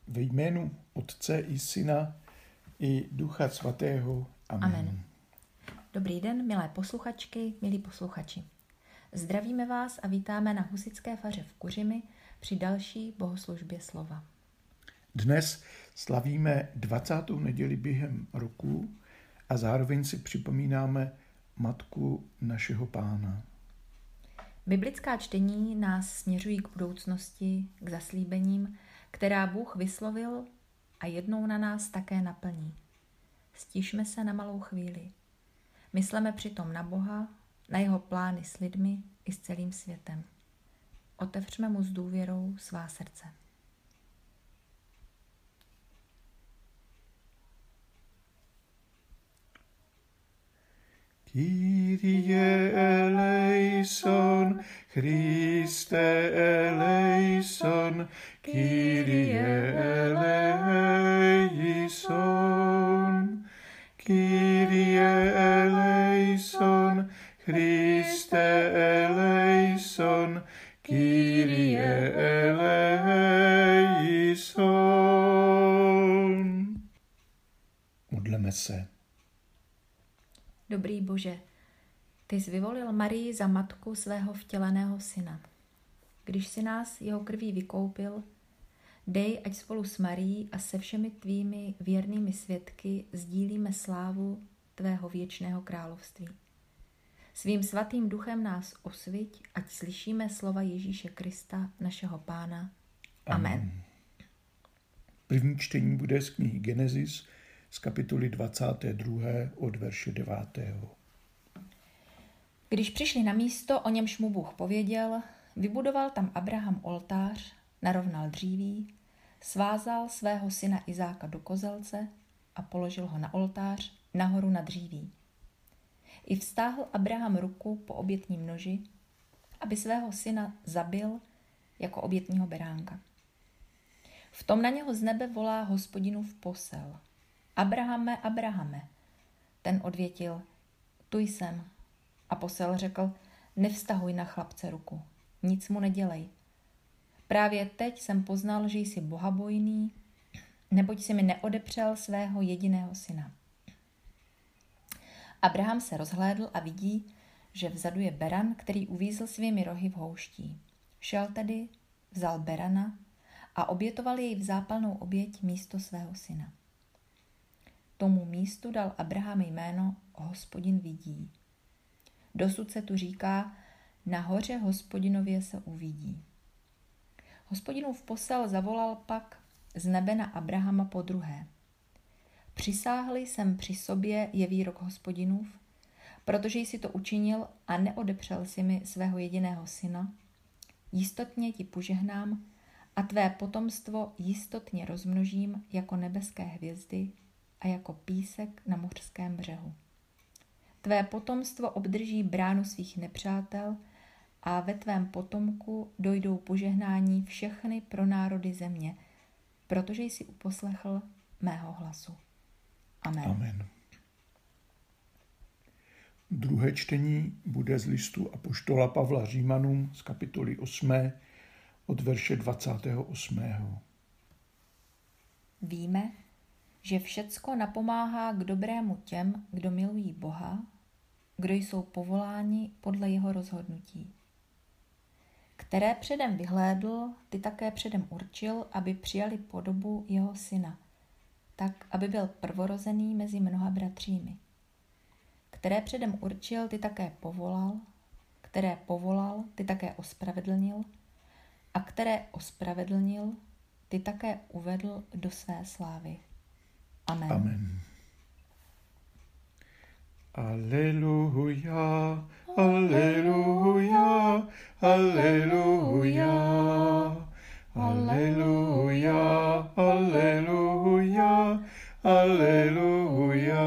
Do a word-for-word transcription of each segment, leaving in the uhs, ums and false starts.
Ve jménu Otce i Syna i Ducha Svatého. Amen. Amen. Dobrý den, milé posluchačky, milí posluchači. Zdravíme vás a vítáme na husitské faře v Kuřimi při další bohoslužbě slova. Dnes slavíme dvacátou neděli během roku a zároveň si připomínáme Matku našeho Pána. Biblická čtení nás směřují k budoucnosti, k zaslíbením, která Bůh vyslovil a jednou na nás také naplní. Stišme se na malou chvíli. Mysleme přitom na Boha, na jeho plány s lidmi i s celým světem. Otevřme mu s důvěrou svá srdce. Kyrie eleison, Christe eleison, Kyrie eleison, Kyrie eleison, Christe eleison, Kyrie eleison. Modleme se. Dobrý Bože, ty jsi vyvolil Marii za matku svého vtěleného syna. Když si nás jeho krví vykoupil, dej, ať spolu s Marií a se všemi tvými věrnými svědky sdílíme slávu tvého věčného království. Svým svatým duchem nás osviť, ať slyšíme slova Ježíše Krista, našeho Pána. Amen. Amen. První čtení bude z knihy Genesis z kapitoly dvacáté druhé od verše devátého. Když přišli na místo, o němž mu Bůh pověděl, vybudoval tam Abraham oltář, narovnal dříví, svázal svého syna Izáka do kozelce a položil ho na oltář nahoru na dříví. I vztáhl Abraham ruku po obětním noži, aby svého syna zabil jako obětního beránka. V tom na něho z nebe volá Hospodinův posel. Abrahame, Abrahame. Ten odvětil, tu jsem. A posel řekl, nevztahuj na chlapce ruku, nic mu nedělej. Právě teď jsem poznal, že jsi bohabojný, neboť si mi neodepřel svého jediného syna. Abraham se rozhlédl a vidí, že vzadu je beran, který uvízl svými rohy v houští. Šel tedy, vzal berana a obětoval jej v zápalnou oběť místo svého syna. Tomu místu dal Abraham jméno Hospodin vidí. Dosud se tu říká, nahoře Hospodinově se uvidí. Hospodinův posel zavolal pak z nebe na Abrahama podruhé. Přisáhli jsem při sobě, je výrok Hospodinův, protože jsi to učinil a neodepřel si mi svého jediného syna. Jistotně ti požehnám a tvé potomstvo jistotně rozmnožím jako nebeské hvězdy a jako písek na mořském břehu. Tvé potomstvo obdrží bránu svých nepřátel a ve tvém potomku dojdou požehnání všechny pro národy země, protože jsi uposlechl mého hlasu. Amen. Amen. Druhé čtení bude z listu apoštola Pavla Římanům z kapitoly osmé od verše dvacátého osmého. Víme, že všecko napomáhá k dobrému těm, kdo milují Boha, kdo jsou povoláni podle jeho rozhodnutí. Které předem vyhlédl, ty také předem určil, aby přijali podobu jeho syna, tak, aby byl prvorozený mezi mnoha bratřími. Které předem určil, ty také povolal, které povolal, ty také ospravedlnil, a které ospravedlnil, ty také uvedl do své slávy. Amen. Amen. Aleluja, aleluja, aleluja, aleluja, aleluja, aleluja.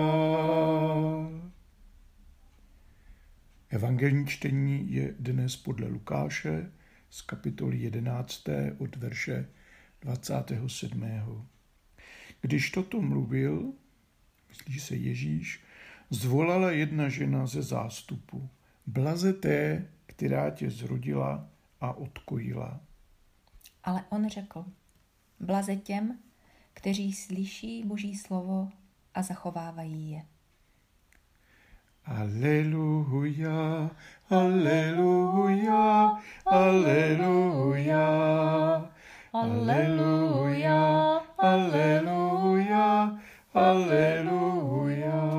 Evangelní čtení je dnes podle Lukáše z kapitoly jedenácté od verše dvacátého sedmého. Když toto mluvil, myslí se Ježíš, zvolala jedna žena ze zástupu. Blaze té, která tě zrodila a odkojila. Ale on řekl, blaze těm, kteří slyší Boží slovo a zachovávají je. Aleluja, aleluja, aleluja, aleluja, aleluja, aleluja.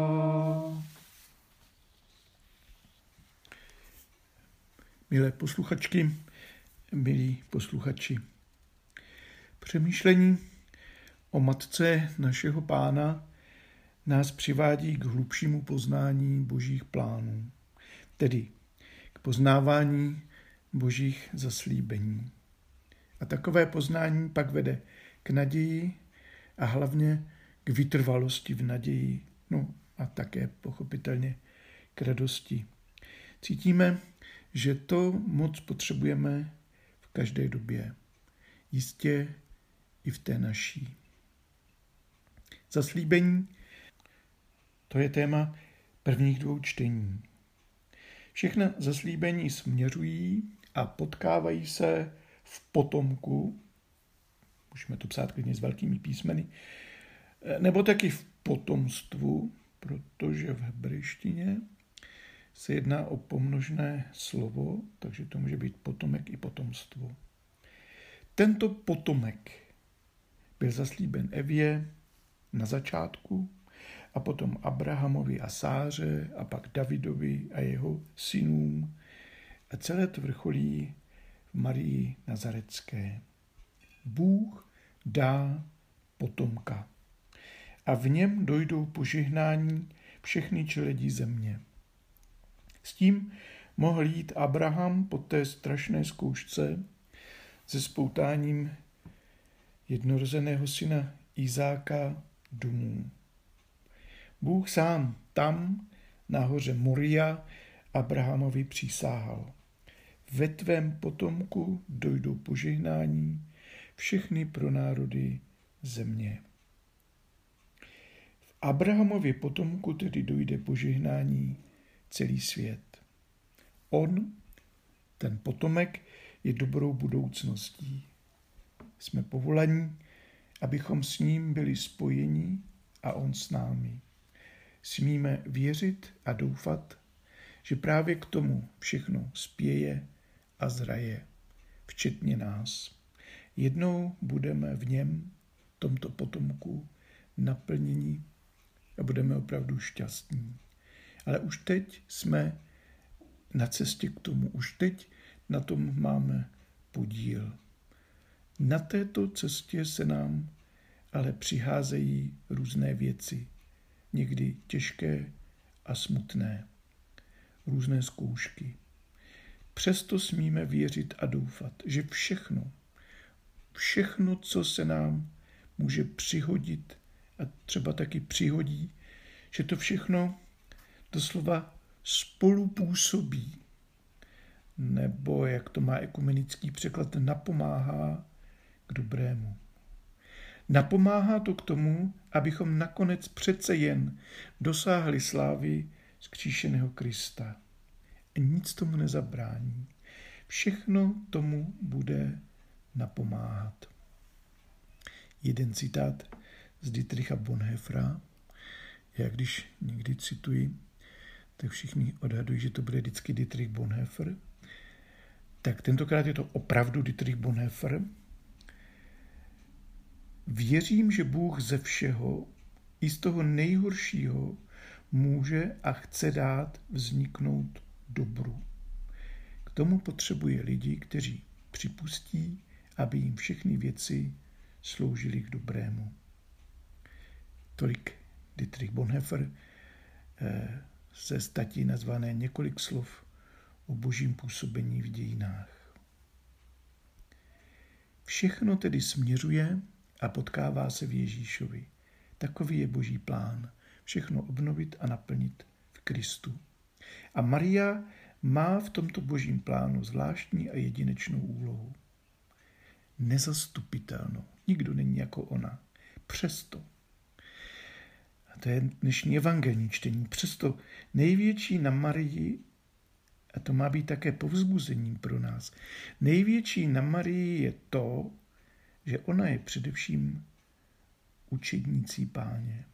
Milé posluchačky, milí posluchači, přemýšlení o matce našeho Pána nás přivádí k hlubšímu poznání Božích plánů, tedy k poznávání Božích zaslíbení. A takové poznání pak vede k naději a hlavně k vytrvalosti v naději, no a také pochopitelně k radosti. Cítíme, že to moc potřebujeme v každé době, jistě i v té naší. Zaslíbení, to je téma prvních dvou čtení. Všechna zaslíbení směřují a potkávají se v potomku, můžeme to psát klidně s velkými písmeny, nebo taky v potomstvu, protože v hebrejštině se jedná o pomnožné slovo, takže to může být potomek i potomstvo. Tento potomek byl zaslíben Evě na začátku a potom Abrahamovi a Sáře a pak Davidovi a jeho synům a celé to vrcholí v Marii Nazaretské. Bůh dá potomka a v něm dojdou požehnání všechny čeledí země. S tím mohl jít Abraham po té strašné zkoušce se spoutáním jednorozeného syna Izáka domů. Bůh sám tam, na hoře Moria, Abrahamovi přísahal. Ve tvém potomku dojdou požehnání všechny pro národy země. V Abrahamově potomku tedy dojde požehnání celý svět. On, ten potomek, je dobrou budoucností. Jsme povolaní, abychom s ním byli spojeni a on s námi. Smíme věřit a doufat, že právě k tomu všechno spěje a zraje, včetně nás. Jednou budeme v něm, tomto potomku, naplněni a budeme opravdu šťastní. Ale už teď jsme na cestě k tomu, už teď na tom máme podíl. Na této cestě se nám ale přicházejí různé věci, někdy těžké a smutné, různé zkoušky. Přesto smíme věřit a doufat, že všechno, všechno, co se nám může přihodit a třeba taky přihodí, že to všechno doslova spolupůsobí, nebo, jak to má ekumenický překlad, napomáhá k dobrému. Napomáhá to k tomu, abychom nakonec přece jen dosáhli slávy zkříšeného Krista. A nic tomu nezabrání. Všechno tomu bude napomáhat. Jeden citát z Dietricha Bonhoeffera. Já když někdy cituji, tak všichni odhadují, že to bude vždycky Dietrich Bonhoeffer. Tak tentokrát je to opravdu Dietrich Bonhoeffer. Věřím, že Bůh ze všeho, i z toho nejhoršího, může a chce dát vzniknout dobru. K tomu potřebuje lidi, kteří připustí, aby jim všechny věci sloužily k dobrému. Tolik Dietrich Bonhoeffer ze statí nazvané Několik slov o božím působení v dějinách. Všechno tedy směřuje a potkává se v Ježíšovi. Takový je boží plán. Všechno obnovit a naplnit v Kristu. A Maria má v tomto božím plánu zvláštní a jedinečnou úlohu. Nezastupitelnou. Nikdo není jako ona. Přesto, a to je dnešní evangelní čtení, přesto největší na Marii, a to má být také povzbuzením pro nás, největší na Marii je to, že ona je především učedníci Páně.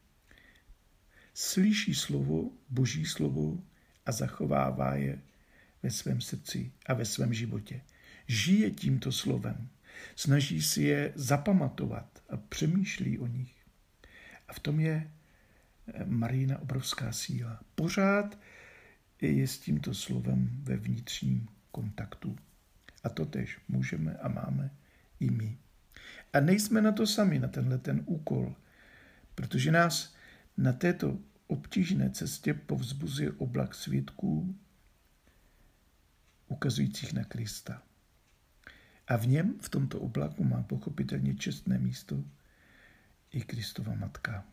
Slyší slovo, Boží slovo a zachovává je ve svém srdci a ve svém životě. Žije tímto slovem, snaží si je zapamatovat a přemýšlí o nich. A v tom je Marijina obrovská síla. Pořád je s tímto slovem ve vnitřním kontaktu. A to tež můžeme a máme i my. A nejsme na to sami, na tenhle ten úkol, protože nás na této obtížné cestě povzbuzuje oblak svědků ukazujících na Krista. A v něm, v tomto oblaku, má pochopitelně čestné místo i Kristova matka.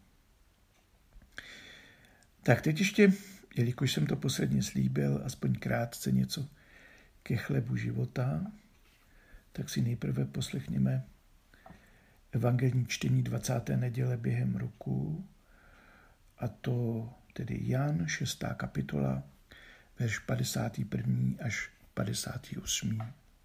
Tak teď ještě, jelikož jsem to posledně slíbil, aspoň krátce něco ke chlebu života, tak si nejprve poslechněme evangelní čtení dvacáté neděle během roku, a to tedy Jan, šestá kapitola, verš padesátý první až padesátý osmý.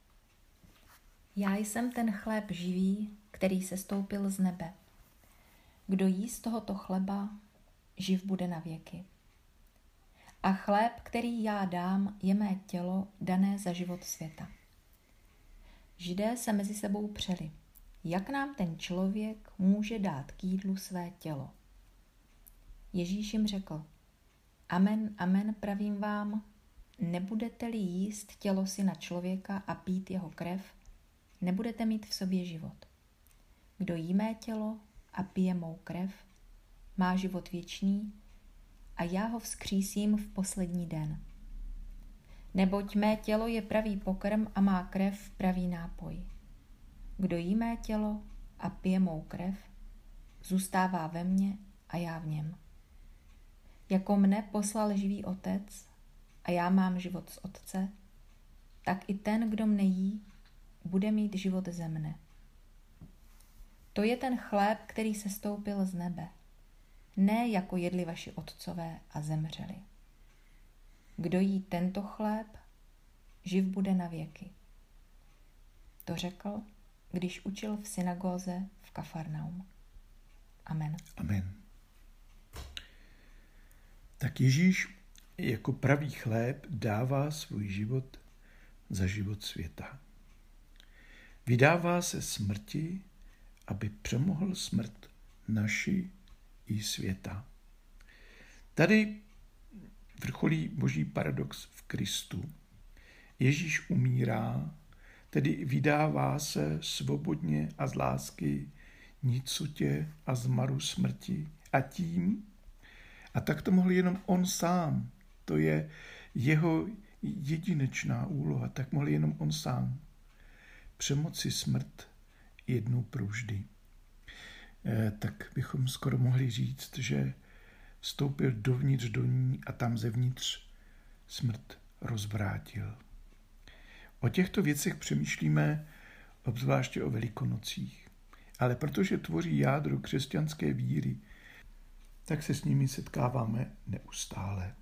Já jsem ten chléb živý, který se stoupil z nebe. Kdo jí z tohoto chleba, živ bude na věky. A chléb, který já dám, je mé tělo dané za život světa. Židé se mezi sebou přeli, jak nám ten člověk může dát k jídlu své tělo. Ježíš jim řekl, amen, amen, pravím vám, nebudete-li jíst tělo syna člověka a pít jeho krev, nebudete mít v sobě život. Kdo jí mé tělo a pije mou krev, má život věčný a já ho vzkřísím v poslední den. Neboť mé tělo je pravý pokrm a má krev pravý nápoj. Kdo jí mé tělo a pije mou krev, zůstává ve mně a já v něm. Jako mne poslal živý Otec a já mám život z Otce, tak i ten, kdo mne jí, bude mít život ze mne. To je ten chléb, který se stoupil z nebe, ne jako jedli vaši otcové a zemřeli. Kdo jí tento chléb, živ bude na věky. To řekl, když učil v synagóze v Kafarnaum. Amen. Amen. Tak Ježíš jako pravý chléb dává svůj život za život světa. Vydává se smrti, aby přemohl smrt naši i světa. Tady vrcholí boží paradox v Kristu. Ježíš umírá, tedy vydává se svobodně a z lásky nicotě a zmaru smrti. A tím, a tak to mohl jenom on sám, to je jeho jedinečná úloha, tak mohl jenom on sám přemoci smrt jednou provždy. E, tak bychom skoro mohli říct, že vstoupil dovnitř do ní a tam zevnitř smrt rozvrátil. O těchto věcech přemýšlíme obzvláště o Velikonocích, ale protože tvoří jádro křesťanské víry, tak se s nimi setkáváme neustále.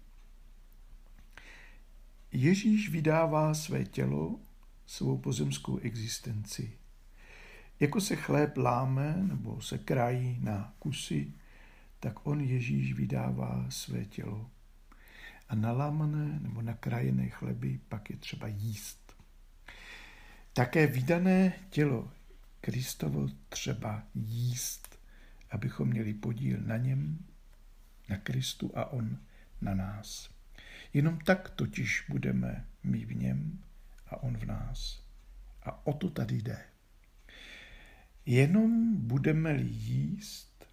Ježíš vydává své tělo, svou pozemskou existenci. Jako se chléb láme nebo se krájí na kusy, tak on Ježíš vydává své tělo. A nalámané nebo nakrájené chleby pak je třeba jíst. Také vydané tělo Kristovo třeba jíst, abychom měli podíl na něm, na Kristu a on na nás. Jenom tak totiž budeme my v něm a on v nás. A o to tady jde. Jenom budeme-li jíst,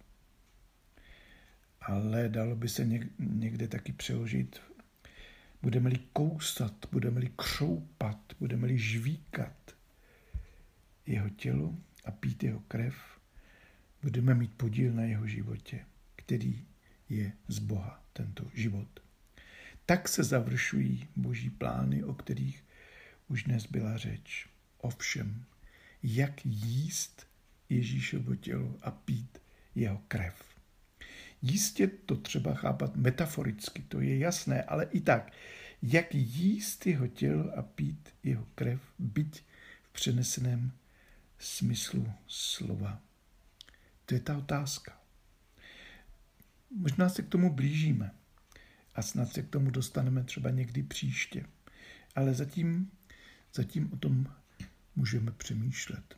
ale dalo by se někde taky přeložit, budeme-li kousat, budeme-li křoupat, budeme-li žvíkat jeho tělo a pít jeho krev, budeme mít podíl na jeho životě, který je z Boha, tento život. Tak se završují boží plány, o kterých už dnes byla řeč. Ovšem, jak jíst Ježíšovo tělo a pít jeho krev. Jistě to třeba chápat metaforicky, to je jasné, ale i tak, jak jíst jeho tělo a pít jeho krev, byť v přeneseném smyslu slova. To je ta otázka. Možná se k tomu blížíme a snad se k tomu dostaneme třeba někdy příště. Ale zatím, zatím o tom můžeme přemýšlet.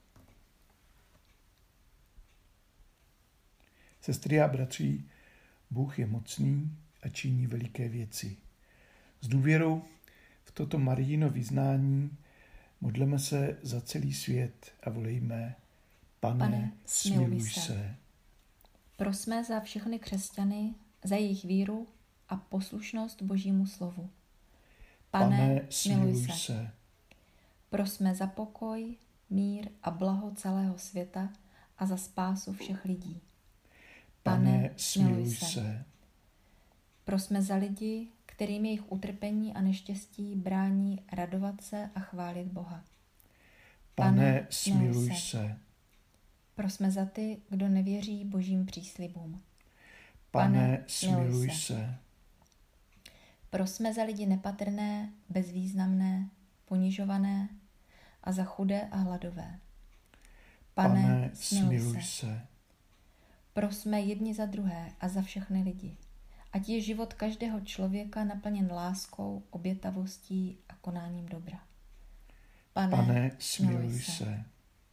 Sestry a bratři, Bůh je mocný a činí veliké věci. S důvěrou v toto Marijino vyznání modleme se za celý svět a volejme: Pane, Pane smiluj se. se. Prosme za všechny křesťany, za jejich víru a poslušnost Božímu slovu. Pane, Pane smiluj se. se. Prosme za pokoj, mír a blaho celého světa a za spásu všech lidí. Pane, Pane smiluj se. se. Prosme za lidi, kterým jejich utrpení a neštěstí brání radovat se a chválit Boha. Pane, Pane smiluj se. se. Prosme za ty, kdo nevěří Božím příslibům. Pane, Pane smiluj se. se. Prosme za lidi nepatrné, bezvýznamné, ponižované a za chudé a hladové. Pane, Pane smiluj se. se. Prosme jedni za druhé a za všechny lidi. Ať je život každého člověka naplněn láskou, obětavostí a konáním dobra. Pane, Pane smiluj se. se.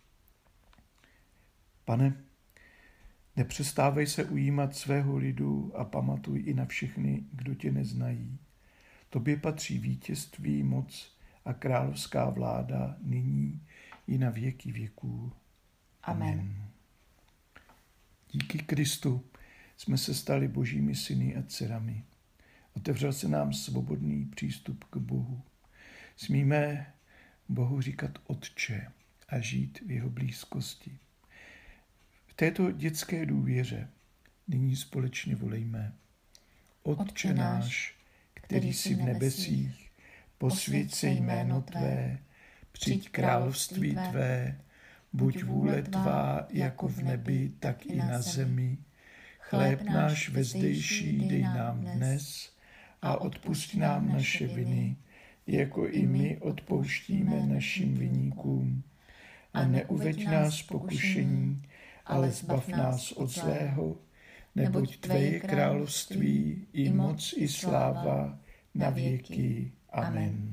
Pane, nepřestávej se ujímat svého lidu a pamatuj i na všechny, kdo tě neznají. Tobě patří vítězství, moc a královská vláda nyní i na věky věků. Amen. Amen. Díky Kristu jsme se stali Božími syny a dcerami. Otevřel se nám svobodný přístup k Bohu. Smíme Bohu říkat Otče a žít v jeho blízkosti. V této dětské důvěře nyní společně volejme: Otče náš, který jsi v nebesích, posvěť se jméno Tvé, přijď království Tvé, buď vůle Tvá jako v nebi, tak i na zemi. Chléb náš vezdejší dej nám dnes a odpusť nám naše viny, jako i my odpouštíme našim viníkům. A neuveď nás pokušení, ale zbav nás od zlého, neboť Tvé je království, i moc, i sláva, na věky. Amen.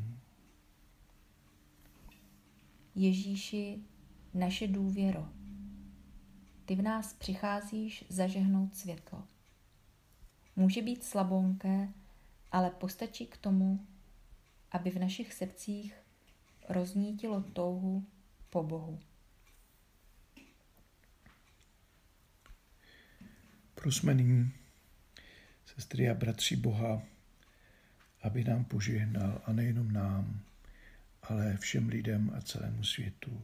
Ježíši, naše důvěro, Ty v nás přicházíš zažehnout světlo. Může být slabounké, ale postačí k tomu, aby v našich srdcích roznítilo touhu po Bohu. Prosme nyní, sestry a bratři, Boha, aby nám požehnal, a nejenom nám, ale všem lidem a celému světu.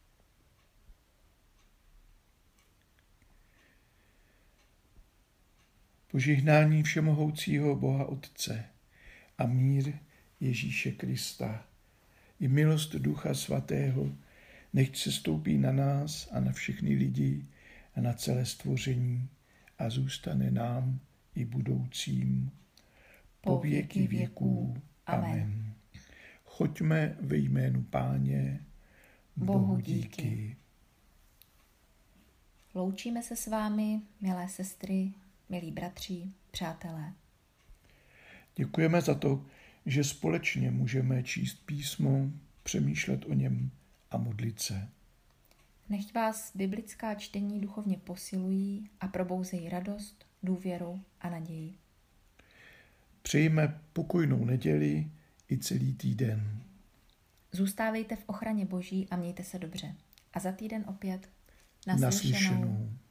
Požehnání všemohoucího Boha Otce a mír Ježíše Krista i milost Ducha Svatého nechť se stoupí na nás a na všechny lidi a na celé stvoření a zůstane nám i budoucím po věky věků. Amen. Choďme ve jménu Páně, Bohu díky. Loučíme se s vámi, milé sestry, milí bratři, přátelé. Děkujeme za to, že společně můžeme číst písmo, přemýšlet o něm a modlit se. Nechť vás biblická čtení duchovně posilují a probouzejí radost, důvěru a naději. Přejíme pokojnou neděli i celý týden. Zůstávejte v ochraně Boží a mějte se dobře. A za týden opět naslyšenou. naslyšenou.